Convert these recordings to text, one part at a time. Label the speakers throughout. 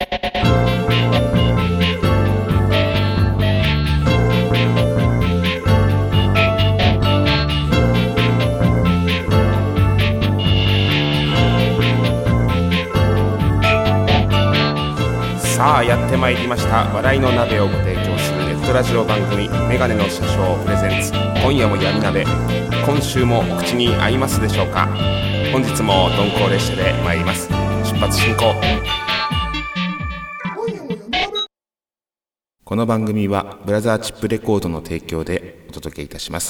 Speaker 1: さあやってまいりました。笑いの鍋をご提供するネットラジオ番組メガネの社長プレゼンツ、今夜も闇鍋。今週もお口に合いますでしょうか。本日も鈍行列車で参ります。出発進行。この番組はブラザーチップレコードの提供でお届けいたします。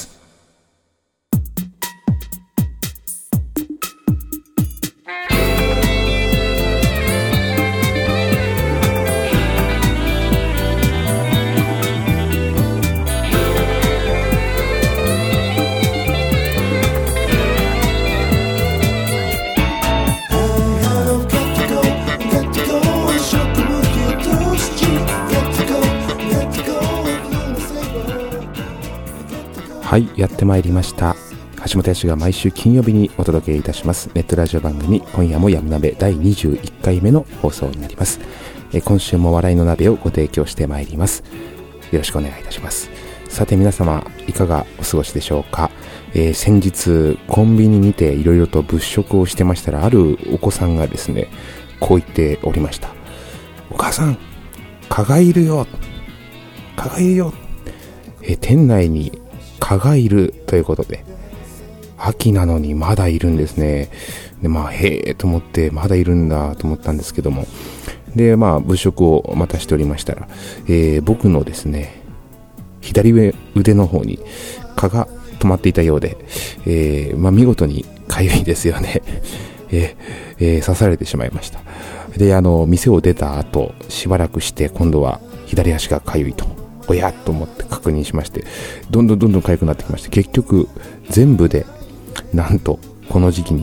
Speaker 1: はい、やってまいりました。橋本康が毎週金曜日にお届けいたしますネットラジオ番組、今夜も闇鍋第21回目の放送になります。今週も笑いの鍋をご提供してまいります。よろしくお願いいたします。さて皆様、いかがお過ごしでしょうか。先日コンビニにていろいろと物色をしてましたら、あるお子さんがですね、こう言っておりました。お母さん、蚊がいるよ、蚊がいるよ。店内に蚊がいるということで、秋なのにまだいるんですね。で、へえと思って、まだいるんだと思ったんですけども、で、物色をまたしておりましたら、僕のですね、左腕の方に蚊が止まっていたようで、見事にかゆいですよね。刺されてしまいました。で、店を出た後、しばらくして今度は左足がかゆいと。おやっと思って確認しまして、どんどん痒くなってきまして、結局全部でなんとこの時期に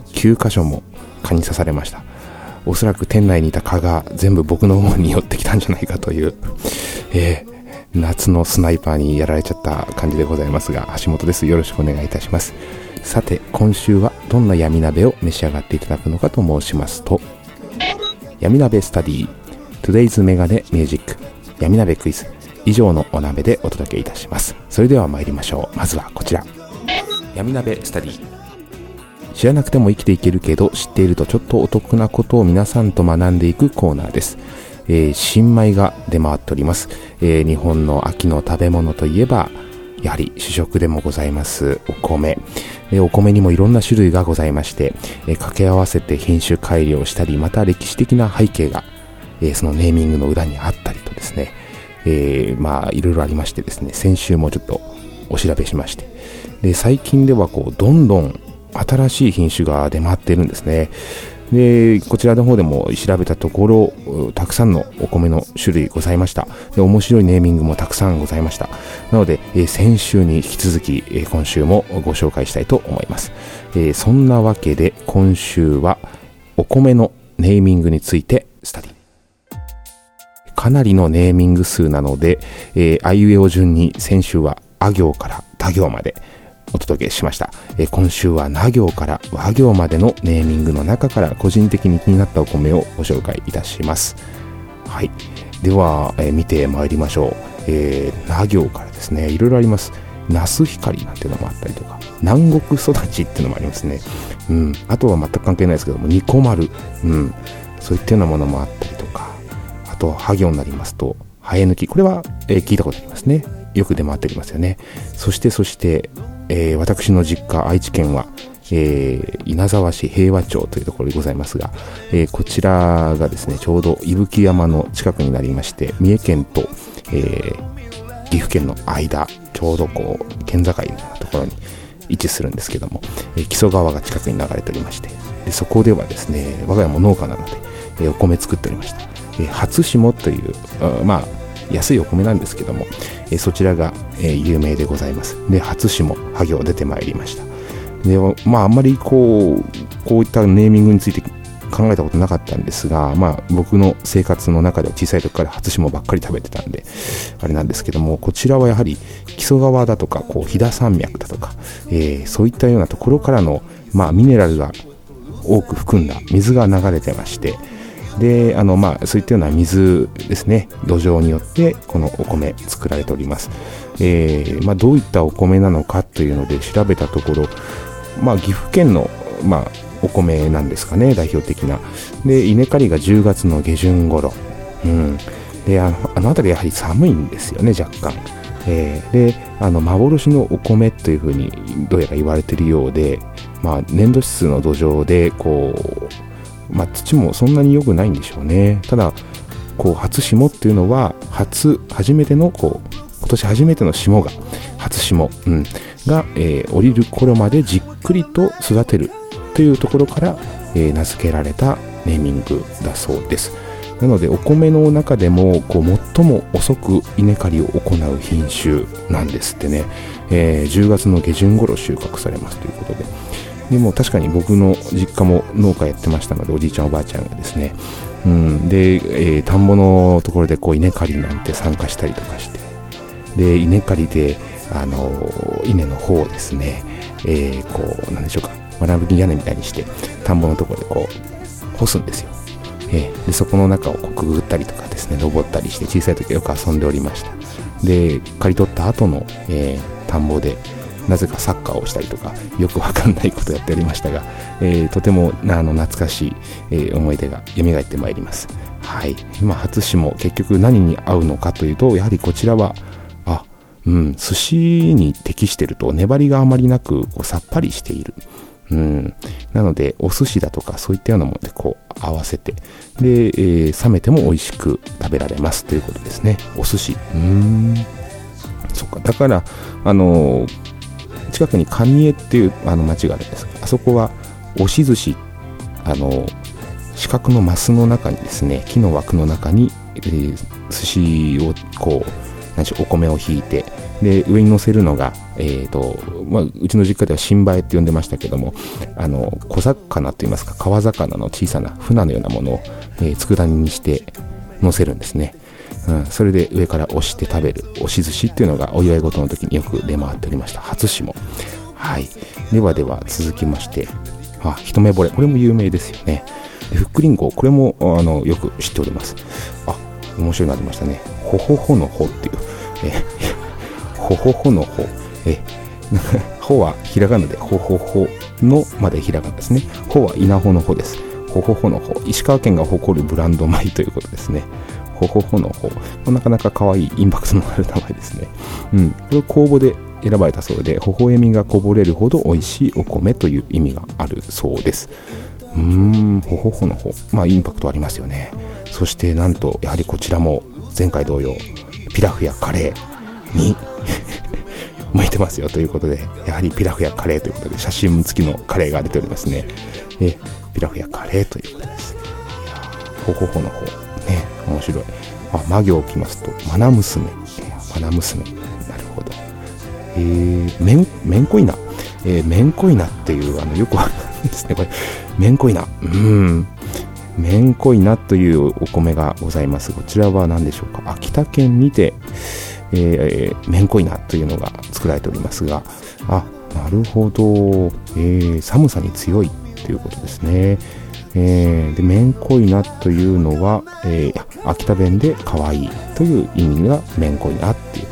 Speaker 1: 9箇所も蚊に刺されました。おそらく店内にいた蚊が全部僕の方に寄ってきたんじゃないかという、夏のスナイパーにやられちゃった感じでございますが、橋本です。よろしくお願いいたします。さて今週はどんな闇鍋を召し上がっていただくのかと申しますと、闇鍋スタディ Today's メガネミュージック闇鍋クイズ、以上のお鍋でお届けいたします。それでは参りましょう。まずはこちら、闇鍋スタディ。知らなくても生きていけるけど、知っているとちょっとお得なことを皆さんと学んでいくコーナーです。新米が出回っております。日本の秋の食べ物といえばやはり主食でもございますお米。お米にもいろんな種類がございまして、掛け合わせて品種改良したり、また歴史的な背景が、そのネーミングの裏にあったりとですね、いろいろありましてですね、先週もちょっとお調べしまして、で最近ではどんどん新しい品種が出回っているんですね。でこちらの方でも調べたところ、たくさんのお米の種類ございました。で面白いネーミングもたくさんございました。なので、先週に引き続き、今週もご紹介したいと思います。そんなわけで今週はお米のネーミングについてスタディ。かなりのネーミング数なので、あいうえお順に先週はあ行からた行までお届けしました。今週はな行から和行までのネーミングの中から個人的に気になったお米をご紹介いたします。はい。では、見てまいりましょう。な行からですね、いろいろあります。なす光なんていうのもあったりとか、南国育ちっていうのもありますね。あとは全く関係ないですけども、ニコマル、そういったようなものもあったりとか、あとは行になりますとはえ抜き、これは、聞いたことありますね。よく出回っておりますよね。そして、私の実家愛知県は、稲沢市平和町というところでございますが、こちらがですね、ちょうど伊吹山の近くになりまして、三重県と、岐阜県の間、ちょうど県境のようなところに位置するんですけども、木曽川が近くに流れておりまして、でそこではですね、我が家も農家なので、お米作っておりました。初霜という、安いお米なんですけども、そちらが、有名でございます。で初霜は行出てまいりました。であんまりこういったネーミングについて考えたことなかったんですが、僕の生活の中では小さい時から初霜ばっかり食べてたんであれなんですけども、こちらはやはり木曽川だとか飛騨山脈だとか、そういったようなところからの、ミネラルが多く含んだ水が流れてまして、 でそういったような水ですね、土壌によってこのお米作られております。どういったお米なのかというので調べたところ、岐阜県のお米なんですかね、代表的な。で稲刈りが10月の下旬頃、であの辺りやはり寒いんですよね、若干。で幻のお米というふうにどうやら言われているようで、粘土質の土壌で土もそんなに良くないんでしょうね。ただ初霜っていうのは初めての今年初めての霜が初霜、が、降りる頃までじっくりと育てるというところから、名付けられたネーミングだそうです。なのでお米の中でも最も遅く稲刈りを行う品種なんですってね。10月の下旬頃収穫されますということで、でも確かに僕の実家も農家やってましたので、おじいちゃんおばあちゃんがですね、で、田んぼのところで稲刈りなんて参加したりとかして、で稲刈りで稲の方をですね、なんでしょうか、わらぶき屋根みたいにして田んぼのところで干すんですよ。でそこの中をくぐったりとかですね、登ったりして、小さい時はよく遊んでおりました。で刈り取った後の、田んぼでなぜかサッカーをしたりとか、よくわかんないことをやっておりましたが、とても懐かしい、思い出が蘇ってまいります。はい。今初霜、結局何に合うのかというと、やはりこちらは寿司に適していると、粘りがあまりなくさっぱりしている。なのでお寿司だとかそういったようなもので合わせて、で、冷めても美味しく食べられますということですね。お寿司、そっか。だから近くに蟹江っていう町があるんですが、あそこは押し寿司、四角のマスの中にですね、木の枠の中に、寿司をお米をひいて、で上に乗せるのが、うちの実家では新梅って呼んでましたけども、小魚といいますか、川魚の小さな船のようなものを、佃煮にして乗せるんですね。それで上から押して食べる押し寿司っていうのがお祝い事の時によく出回っておりました。初霜。はい。では続きまして、一目惚れ、これも有名ですよね。ふっくりんご、これもよく知っております。面白いのありましたね。ほほほのほっていう、ほほほのほ、ほはひらがなでほほほのまでひらがなですね。ほは稲穂のほです。ほほほのほ、石川県が誇るブランド米ということですね。ほほほのほ、なかなか可愛いインパクトのある名前ですね。これ公募で選ばれたそうで、微笑みがこぼれるほど美味しいお米という意味があるそうです。ほほほのほ、インパクトありますよね。そしてなんとやはりこちらも前回同様、ピラフやカレーに向いてますよということで、やはりピラフやカレーということで写真付きのカレーが出ておりますね。ピラフやカレーということです。ほほほのほね、面白い。魔行をきますとマナ娘、マナ娘、なるほど。めんこいな、めんこいなっていうよくわかんないですね、これ。めんこいな、めんこいなというお米がございます。こちらは何でしょうか。秋田県にて、めんこいなというのが作られておりますが、なるほど、寒さに強いということですね。でめんこいなというのは、秋田弁で可愛いという意味がめんこいなっていう、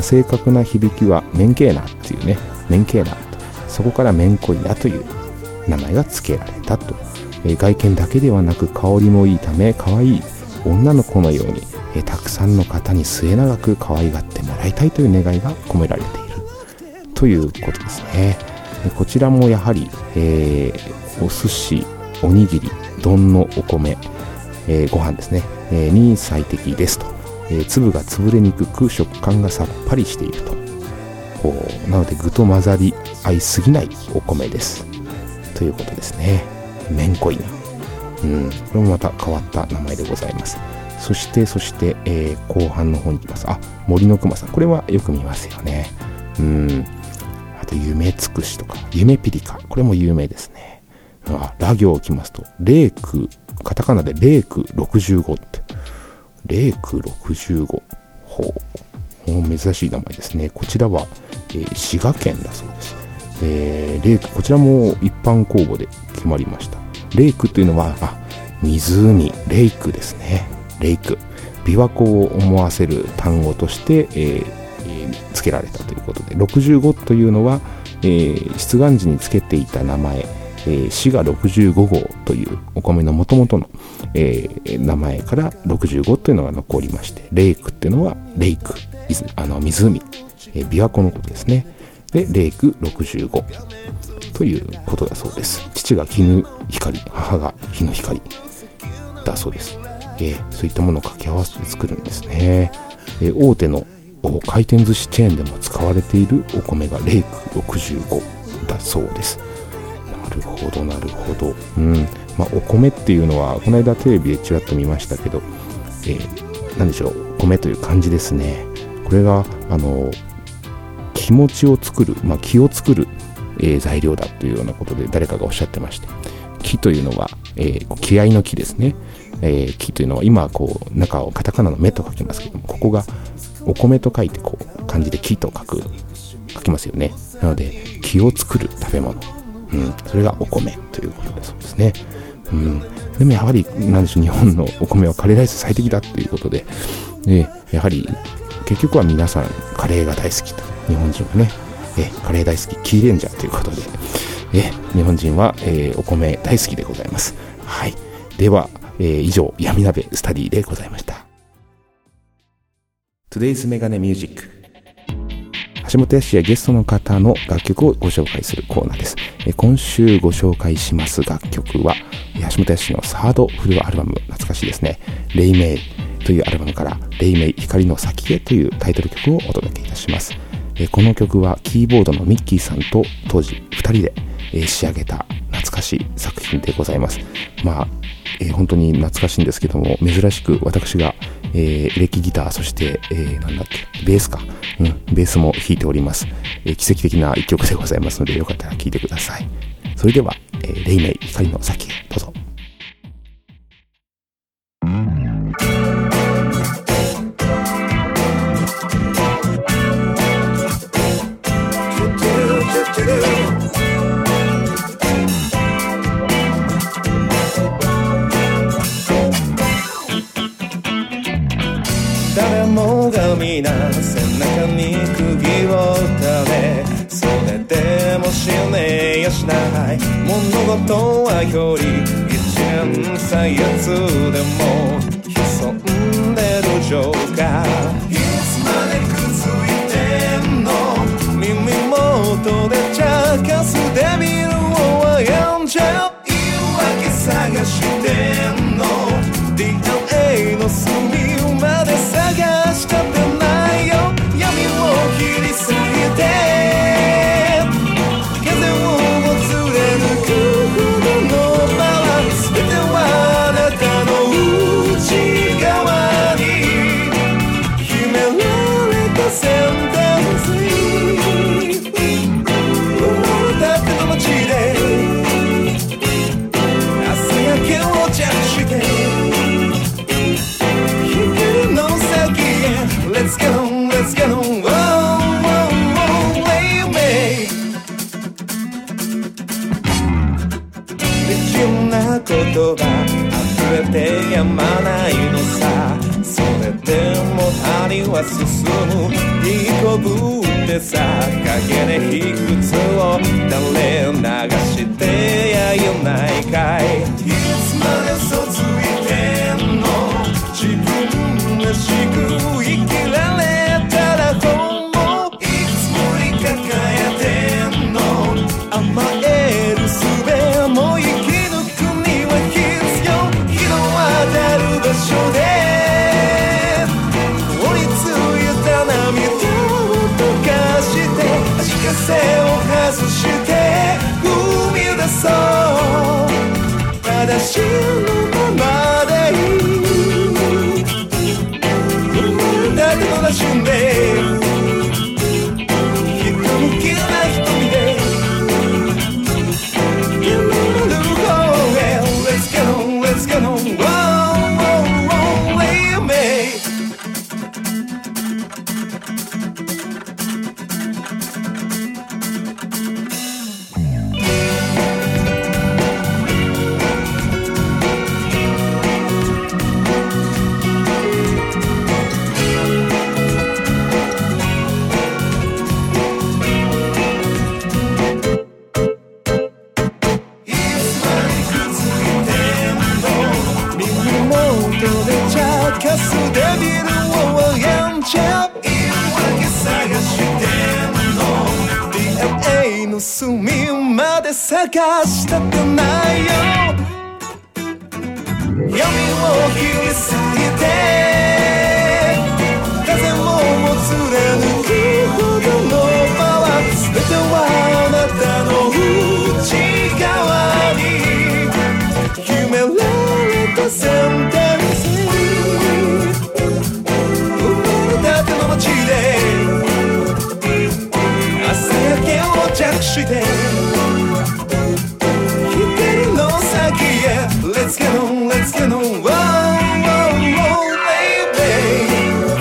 Speaker 1: 正確な響きはめんけーなっていうね、めんけーなと、そこからめんこいなという名前が付けられたと。外見だけではなく香りもいいため、可愛い女の子のように、たくさんの方に末永く可愛がってもらいたいという願いが込められているということですね。こちらもやはり、お寿司、おにぎり、丼のお米、ご飯ですね、に最適ですと。粒が潰れにくく食感がさっぱりしていると。なので具と混ざり合いすぎないお米ですということですね。めんこいな、これもまた変わった名前でございます。そして、後半の方に行きます。森のくまさん、これはよく見ますよね。あと夢つくしとか夢ピリカ、これも有名ですね。ラ行をきますと、レーク、カタカナでレーク65って、レーク65、珍しい名前ですね。こちらは、滋賀県だそうです。レーク、こちらも一般公募で決まりました。レークというのは湖、レイクですね。レイク、琵琶湖を思わせる単語として、付けられたということで、65というのは、出願時につけていた名前、滋賀65号というお米の元々の、名前から65というのが残りまして、レイクっていうのはレイク、湖、琵琶湖のことですね。で、レイク65ということだそうです。父が絹光、母が日の光だそうです。そういったものを掛け合わせて作るんですね。大手の回転寿司チェーンでも使われているお米がレイク65だそうです。なるほどなるほど。お米っていうのはこの間テレビでちらっと見ましたけど、何でしょう、米という漢字ですね。これが気持ちを作る、気を作る、材料だというようなことで誰かがおっしゃってまして、気というのは、気合の気ですね。気というのは今中をカタカナの目と書きますけども、ここがお米と書いて漢字で気と書きますよね。なので気を作る食べ物、それがお米ということだそうですね。でもやはり何でしょう、日本のお米はカレーライス最適だということで、やはり結局は皆さんカレーが大好きと、日本人はね、カレー大好きキーレンジャーということで、日本人は、お米大好きでございます。はい。では、以上闇鍋スタディでございました。Today's メガネミュージック、橋本康やゲストの方の楽曲をご紹介するコーナーです。今週ご紹介します楽曲は橋本康のサードフルアルバム、懐かしいですね、レイメイというアルバムからレイメイ光の先へというタイトル曲をお届けいたします。この曲はキーボードのミッキーさんと当時2人で仕上げた懐かしい作品でございます。本当に懐かしいんですけども、珍しく私が、エレキギター、そして、ベースか、ベースも弾いております。奇跡的な一曲でございますので、よかったら聴いてください。それでは、レイメイ光の先へどうぞ。
Speaker 2: 誰もが皆背中に釘を打たれ、それでも死ねやしない物事はより一年歳月でも潜んでる情が、いつまでくっついてんの、耳元で茶化すデビルを歩んじゃう、言い訳探してんの、 DNA の隅まで探しちゃってないよ、闇を切り裂いて風をもつれ抜くほどのパワー、全てはあなたの内側に秘められたセンテンス、生まれたての街で朝焼けをジャッジして、Let's get on, let's get on, oh, oh, oh, baby 適当な言葉溢れてやまないのさ、それでも針は進む、いいこぶってさ、影で卑屈を垂れ流してやいないかい、いつまで嘘ついてんの、自分らしく生きられたら本望、いつもに抱えてんの、甘える術も生き抜くには必要、日の当たる場所で凍りついた涙を溶かして、足かせを外して踏み出そう、正しいのままでいい、だけのらしんでひたむきな瞳で夢のルーゴーへ Let's get on, let's get on, oh, oh, oh, leave me すデビルをやんちゃ言い訳探してんの DNA の隅まで探したくないよ闇を切り裂いて風も貫くほどのパワー全てはあなたの内側に秘められたセンテンス生まれたての街で朝焼けを着して光の先へ Let's get on, let's get on, whoa, whoa, whoa, baby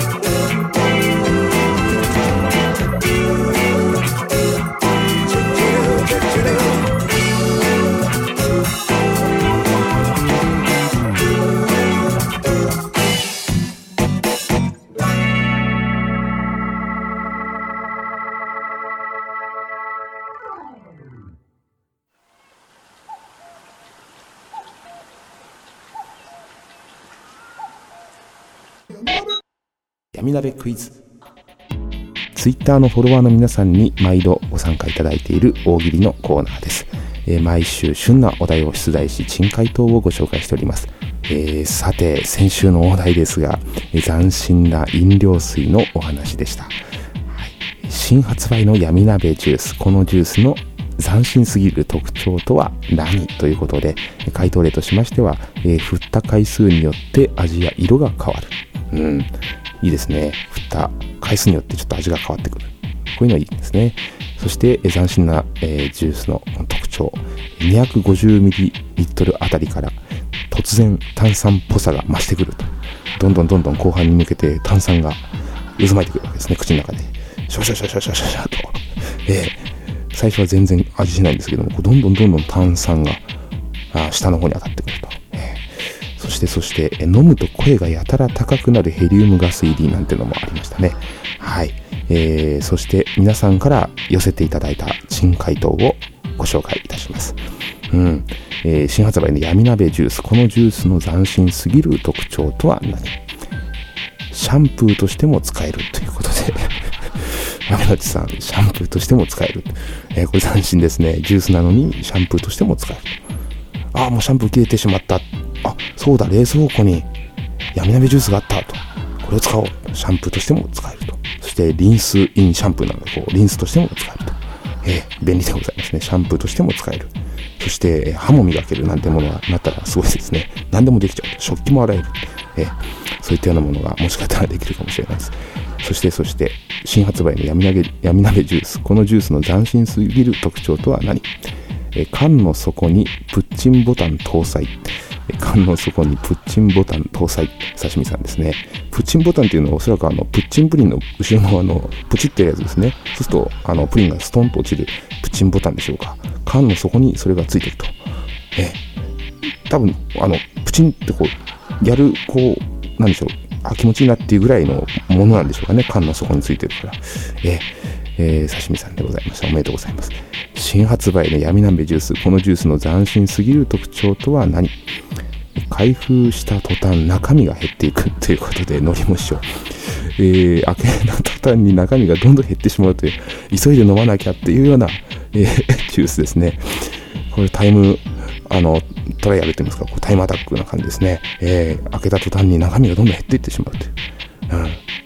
Speaker 1: 闇鍋クイズ。ツイッターのフォロワーの皆さんに毎度ご参加いただいている大喜利のコーナーです。毎週旬なお題を出題し珍回答をご紹介しております。さて先週のお題ですが、斬新な飲料水のお話でした。新発売の闇鍋ジュース、このジュースの斬新すぎる特徴とは何ということで、回答例としましては、振った回数によって味や色が変わる。いいですね。振った回数によってちょっと味が変わってくる。こういうのいいですね。そして斬新な、ジュースの特徴、250ml あたりから突然炭酸っぽさが増してくると。どんどん後半に向けて炭酸が渦巻いてくるわけですね。口の中でシャシャシャシャシャシャと、最初は全然味しないんですけども、どんどん炭酸が下の方に当たってくると。そして飲むと声がやたら高くなるヘリウムガス入りなんてのもありましたね。はい。そして皆さんから寄せていただいた珍回答をご紹介いたします。新発売の闇鍋ジュース、このジュースの斬新すぎる特徴とは何？シャンプーとしても使えるということで豆のちさん、シャンプーとしても使える、これ斬新ですね。ジュースなのにシャンプーとしても使える。もうシャンプー切れてしまった。そうだ、冷蔵庫に闇鍋ジュースがあったと。これを使おう。シャンプーとしても使えると。そしてリンスインシャンプーなので、リンスとしても使えると。便利でございますね。シャンプーとしても使える。そして歯も磨けるなんてものがなったらすごいですね。何でもできちゃう。食器も洗える。そういったようなものがもしかしたらできるかもしれないです。そして新発売の闇鍋ジュース、このジュースの斬新すぎる特徴とは何？缶の底にプッチンボタン搭載。缶の底にプッチンボタン搭載。刺身さんですね。プッチンボタンっていうのはおそらくプッチンプリンの後ろのプチってやつですね。そうするとプリンがストンと落ちるプッチンボタンでしょうか。缶の底にそれがついてると。多分プチンってやるなんでしょう、気持ちいいなっていうぐらいのものなんでしょうかね。缶の底についてるから。刺身さんでございました。おめでとうございます。新発売の闇鍋ジュース、このジュースの斬新すぎる特徴とは何？開封した途端中身が減っていくということで、のりも師匠、開けた途端に中身がどんどん減ってしまうという、急いで飲まなきゃっていうような、ジュースですね。これタイムトライアルといいますか、タイムアタックな感じですね。開けた途端に中身がどんどん減っていってしまうという、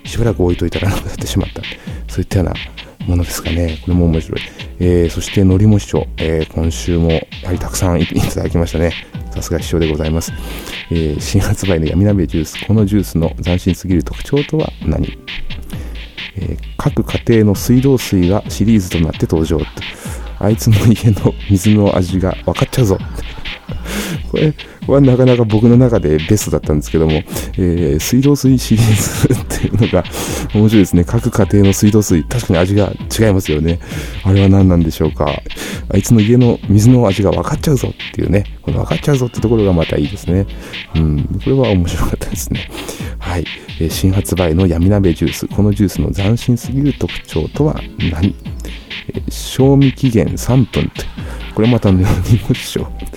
Speaker 1: しばらく置いといたらなくなってしまった、そういったようなものですかね。これも面白い。そしてのりも師匠、今週もやはりたくさんいただきましたね。さすが師匠でございます。新発売の闇鍋ジュース、このジュースの斬新すぎる特徴とは何？各家庭の水道水がシリーズとなって登場。あいつの家の水の味が分かっちゃうぞ。これはなかなか僕の中でベストだったんですけども、水道水シリーズっていうのが面白いですね。各家庭の水道水、確かに味が違いますよね。あれは何なんでしょうか。あいつの家の水の味が分かっちゃうぞっていうね、この分かっちゃうぞってところがまたいいですね。これは面白かったですね。はい、新発売の闇鍋ジュース、このジュースの斬新すぎる特徴とは何？賞味期限3分って、これまたね、師匠、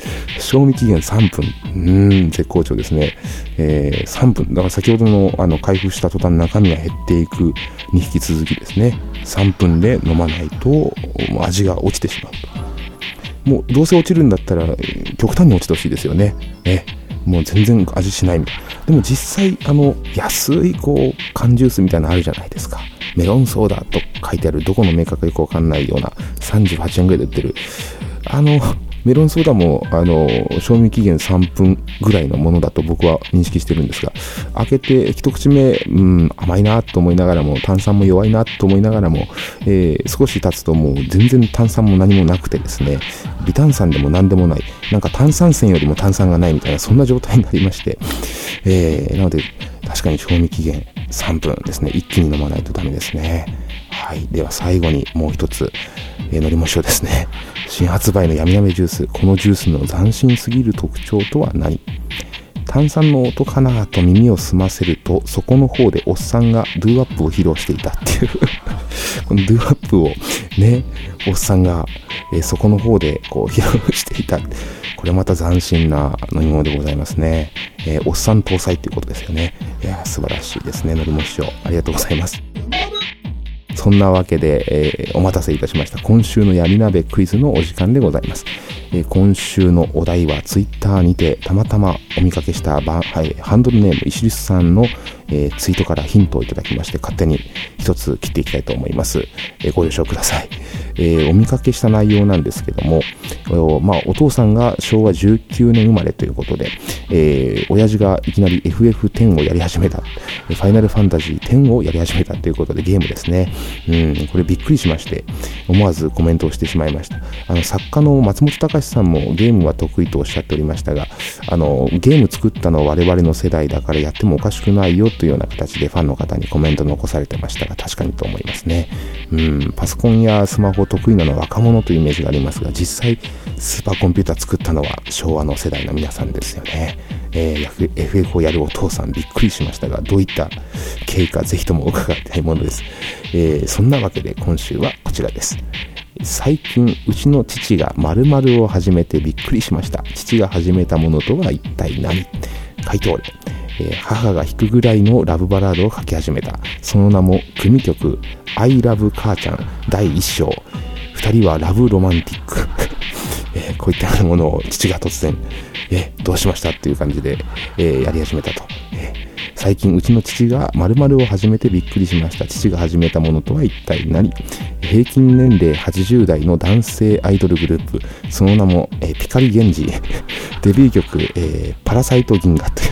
Speaker 1: 賞味期限3分。絶好調ですね。3分。だから先ほどの開封した途端中身が減っていくに引き続きですね、3分で飲まないと味が落ちてしまうと。もうどうせ落ちるんだったら極端に落ちてほしいですよね。もう全然味しないみたいな。でも実際安い缶ジュースみたいなのあるじゃないですか。メロンソーダと書いてある、どこのメーカーかよくわかんないような38円ぐらいで売ってるメロンソーダも賞味期限3分ぐらいのものだと僕は認識してるんですが、開けて一口目甘いなと思いながらも、炭酸も弱いなと思いながらも、少し経つともう全然炭酸も何もなくてですね、微炭酸でも何でもない、なんか炭酸泉よりも炭酸がないみたいな、そんな状態になりまして、なので確かに賞味期限3分ですね。一気に飲まないとダメですね。はい。では最後にもう一つ、のりも塩ですね。新発売の闇鍋ジュース。このジュースの斬新すぎる特徴とは何？炭酸の音かなと耳を澄ませると、そこの方でおっさんがドゥーアップを披露していたっていうこのドゥーアップをね、おっさんが、そこの方で披露していた。これまた斬新な飲み物でございますね。おっさん搭載っていうことですよね。いや素晴らしいですね。のりも塩ありがとうございます。そんなわけで、お待たせいたしました。今週の闇鍋クイズのお時間でございます。今週のお題はツイッターにてたまたまお見かけしたハンドルネーム石リスさんの、ツイートからヒントをいただきまして、勝手に一つ切っていきたいと思います。ご了承ください。お見かけした内容なんですけども、お父さんが昭和19年生まれということで、親父がいきなり FF10 をやり始めた、ファイナルファンタジー10をやり始めたということで、ゲームですね。これびっくりしまして、思わずコメントをしてしまいました。作家の松本隆さんもゲームは得意とおっしゃっておりましたが、ゲーム作ったのは我々の世代だからやってもおかしくないよというような形でファンの方にコメント残されてましたが、確かにと思いますね。パソコンやスマホ得意なのは若者というイメージがありますが、実際スーパーコンピューター作ったのは昭和の世代の皆さんですよね。FF をやるお父さんびっくりしましたが、どういった経緯かぜひとも伺いたいものです。そんなわけで今週はこちらです。最近うちの父が〇〇を始めてびっくりしました。父が始めたものとは一体何？回答例、母が弾くぐらいのラブバラードを書き始めた。その名も組曲 I Love 母ちゃん第1章。2人はラブロマンティックこういったものを父が突然どうしましたっていう感じで、やり始めたと。最近うちの父が〇〇を始めてびっくりしました。父が始めたものとは一体何？平均年齢80代の男性アイドルグループ、その名も、ピカリゲンジ。デビュー曲、パラサイト銀河という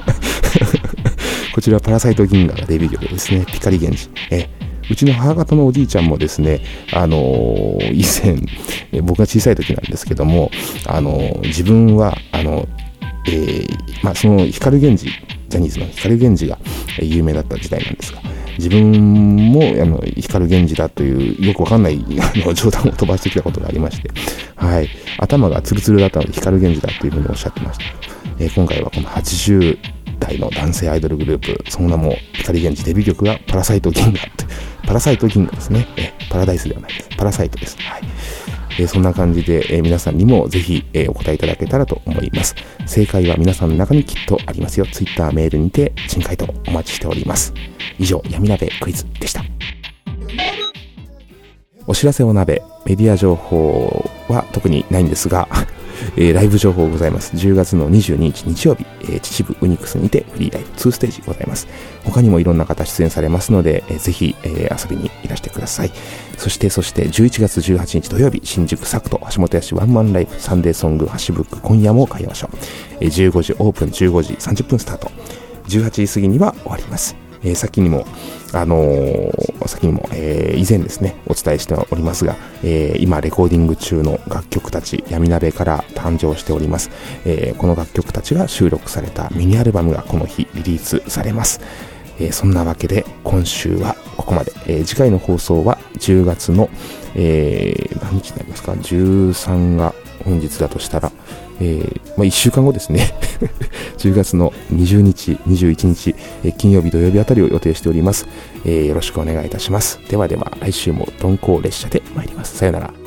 Speaker 1: こちらパラサイト銀河がデビュー曲ですね。ピカリゲンジ。うちの母方のおじいちゃんもですね、以前、僕が小さい時なんですけども、自分はその光源氏、ジャニーズの光源氏が有名だった時代なんですが、自分も光源氏だというよくわかんない冗談を飛ばしてきたことがありまして、はい、頭がツルツルだったので光源氏だというふうにおっしゃってました。今回はこの80代の男性アイドルグループ、その名も光源氏、デビュー曲がパラサイト銀河パラサイト銀河ですね。パラダイスではないです。パラサイトです。はい。そんな感じで、皆さんにもぜひ、お答えいただけたらと思います。正解は皆さんの中にきっとありますよ。ツイッター、メールにて珍回答お待ちしております。以上、闇鍋クイズでした。お知らせお鍋、メディア情報は特にないんですが、ライブ情報ございます。10月の22日日曜日、秩父ウニクスにてフリーライブ2ステージございます。他にもいろんな方出演されますので、ぜひ、遊びにいらしてください。そして11月18日土曜日、新宿サクト橋本屋市ワンマンライブサンデーソングハッシュブック今夜も会いましょう。15時オープン、15時30分スタート、18時過ぎには終わります。先にも以前ですねお伝えしておりますが、今レコーディング中の楽曲たち、闇鍋から誕生しております。この楽曲たちが収録されたミニアルバムがこの日リリースされます。そんなわけで今週はここまで。次回の放送は10月の、何日になりますか。13が本日だとしたら、1週間後ですね10月の20日21日、金曜日土曜日あたりを予定しております。よろしくお願いいたします。では来週も鈍行列車で参ります。さよなら。